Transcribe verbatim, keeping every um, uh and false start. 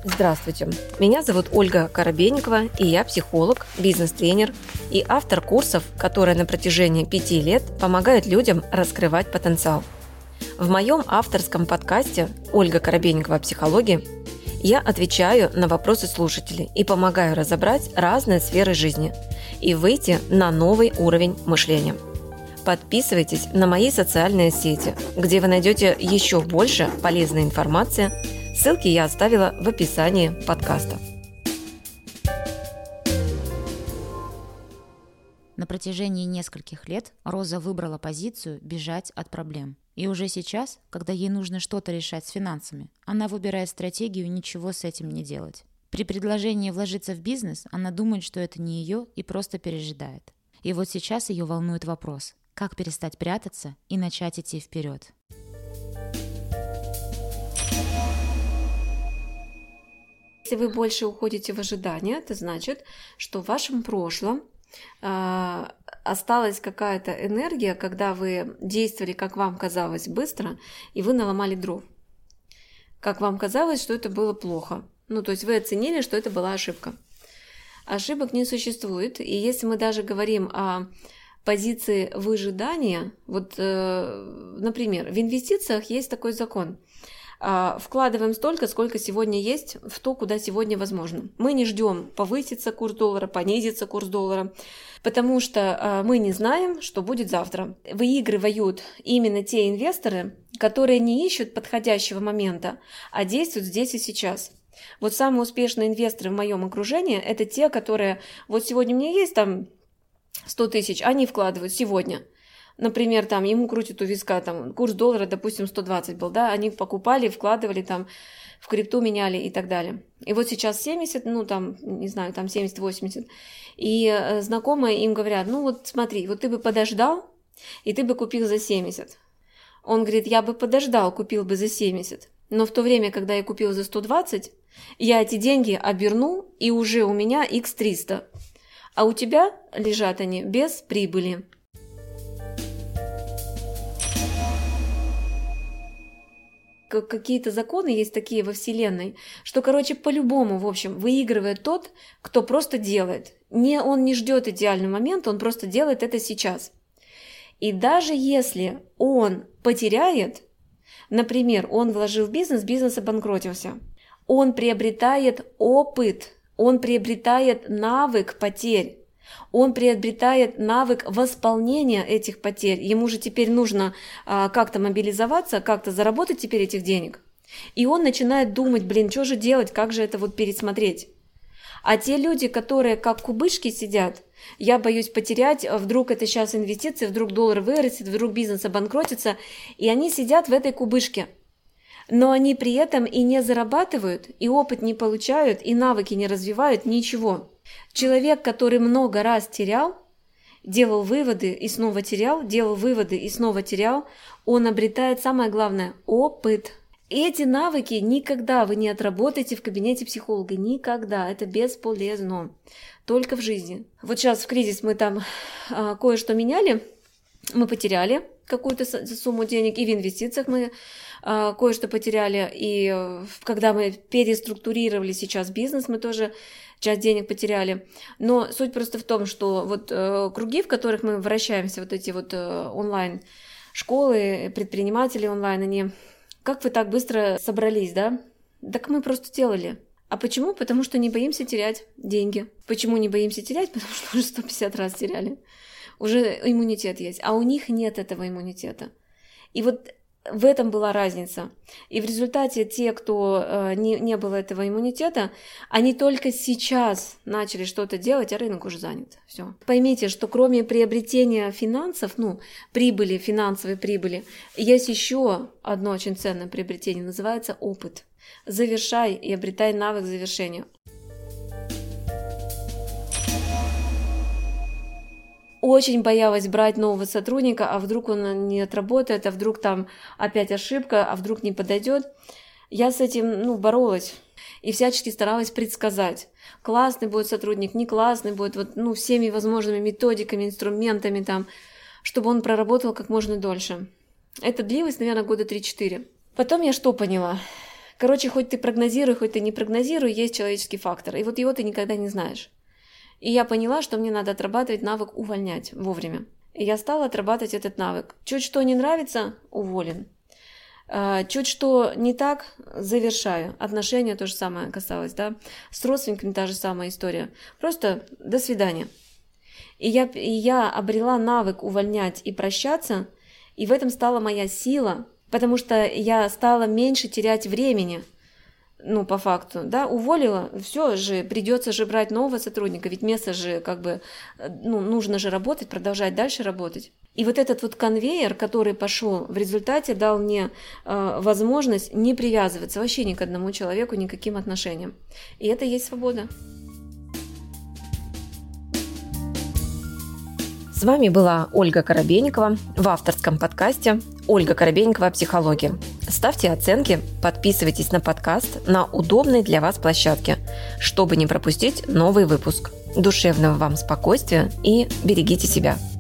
Здравствуйте, меня зовут Ольга Коробейникова, и я психолог, бизнес-тренер и автор курсов, которые на протяжении пяти лет помогают людям раскрывать потенциал. В моем авторском подкасте «Ольга Коробейникова о психологии» я отвечаю на вопросы слушателей и помогаю разобрать разные сферы жизни и выйти на новый уровень мышления. Подписывайтесь на мои социальные сети, где вы найдете еще больше полезной информации. Ссылки я оставила в описании подкаста. На протяжении нескольких лет Роза выбрала позицию бежать от проблем. И уже сейчас, когда ей нужно что-то решать с финансами, она выбирает стратегию ничего с этим не делать. При предложении вложиться в бизнес она думает, что это не ее, и просто пережидает. И вот сейчас ее волнует вопрос: как перестать прятаться и начать идти вперед? Если вы больше уходите в ожидание, это значит, что в вашем прошлом э, осталась какая-то энергия, когда вы действовали, как вам казалось, быстро, и вы наломали дров. Как вам казалось, что это было плохо. Ну, то есть вы оценили, что это была ошибка. Ошибок не существует. И если мы даже говорим о позиции выжидания, вот, э, например, в инвестициях есть такой закон. Вкладываем столько, сколько сегодня есть, в то, куда сегодня возможно. Мы не ждем повысится курс доллара, понизится курс доллара, потому что мы не знаем, что будет завтра. Выигрывают именно те инвесторы, которые не ищут подходящего момента, а действуют здесь и сейчас. Вот самые успешные инвесторы в моем окружении – это те, которые вот сегодня у меня есть там сто тысяч, они вкладывают сегодня. Например, там ему крутят у виска, там курс доллара, допустим, сто двадцать был, да, они покупали, вкладывали там в крипту, меняли и так далее. И вот сейчас семьдесят, ну там, не знаю, там семьдесят-восемьдесят. И э, знакомые им говорят: ну вот смотри, вот ты бы подождал, и ты бы купил за семьдесят. Он говорит: я бы подождал, купил бы за семьдесят. Но в то время, когда я купил за сто двадцать, я эти деньги обернул, и уже у меня икс триста. А у тебя лежат они без прибыли. Какие-то законы есть такие во Вселенной, что, короче, по-любому, в общем, выигрывает тот, кто просто делает. Не, он не ждет идеальный момент, он просто делает это сейчас. И даже если он потеряет, например, он вложил в бизнес, бизнес обанкротился, он приобретает опыт, он приобретает навык потерь. Он приобретает навык восполнения этих потерь. Ему же теперь нужно а, как-то мобилизоваться, как-то заработать теперь этих денег. И он начинает думать: блин, что же делать, как же это вот пересмотреть. А те люди, которые как кубышки сидят: я боюсь потерять, вдруг это сейчас инвестиции, вдруг доллар вырастет, вдруг бизнес обанкротится, и они сидят в этой кубышке. Но они при этом и не зарабатывают, и опыт не получают, и навыки не развивают, ничего. Человек, который много раз терял, делал выводы и снова терял, делал выводы и снова терял, он обретает, самое главное, опыт. И эти навыки никогда вы не отработаете в кабинете психолога, никогда, это бесполезно, только в жизни. Вот сейчас в кризис мы там а, кое-что меняли, мы потеряли какую-то сумму денег, и в инвестициях мы а, кое-что потеряли, и когда мы переструктурировали сейчас бизнес, мы тоже часть денег потеряли. Но суть просто в том, что вот э, круги, в которых мы вращаемся, вот эти вот э, онлайн-школы, предприниматели онлайн, они: как вы так быстро собрались, да? Так мы просто делали. А почему? Потому что не боимся терять деньги. Почему не боимся терять? Потому что уже сто пятьдесят раз теряли. Уже иммунитет есть, а у них нет этого иммунитета. И вот в этом была разница. И в результате те, кто э, не, не было этого иммунитета, они только сейчас начали что-то делать, а рынок уже занят. Все. Поймите, что кроме приобретения финансов, ну, прибыли, финансовой прибыли, есть еще одно очень ценное приобретение, называется опыт. Завершай и обретай навык завершения. Очень боялась брать нового сотрудника, а вдруг он не отработает, а вдруг там опять ошибка, а вдруг не подойдет. Я с этим, ну, боролась и всячески старалась предсказать. Классный будет сотрудник, не классный будет, вот, ну, всеми возможными методиками, инструментами, там, чтобы он проработал как можно дольше. Это длилось, наверное, года три-четыре. Потом я что поняла? Короче, хоть ты прогнозируй, хоть ты не прогнозируй, есть человеческий фактор. И вот его ты никогда не знаешь. И я поняла, что мне надо отрабатывать навык увольнять вовремя. И я стала отрабатывать этот навык. Чуть что не нравится – уволен. Чуть что не так – завершаю. Отношения то же самое касалось, да. С родственниками та же самая история. Просто до свидания. И я, и я обрела навык увольнять и прощаться, и в этом стала моя сила, потому что я стала меньше терять времени. Ну, по факту, да, уволила, все же, придется же брать нового сотрудника, ведь место же, как бы, ну, нужно же работать, продолжать дальше работать. И вот этот вот конвейер, который пошел в результате, дал мне э, возможность не привязываться вообще ни к одному человеку, ни к каким отношениям. И это и есть свобода. С вами была Ольга Коробейникова в авторском подкасте «Ольга Коробейникова. Психология». Ставьте оценки, подписывайтесь на подкаст на удобной для вас площадке, чтобы не пропустить новый выпуск. Душевного вам спокойствия и берегите себя.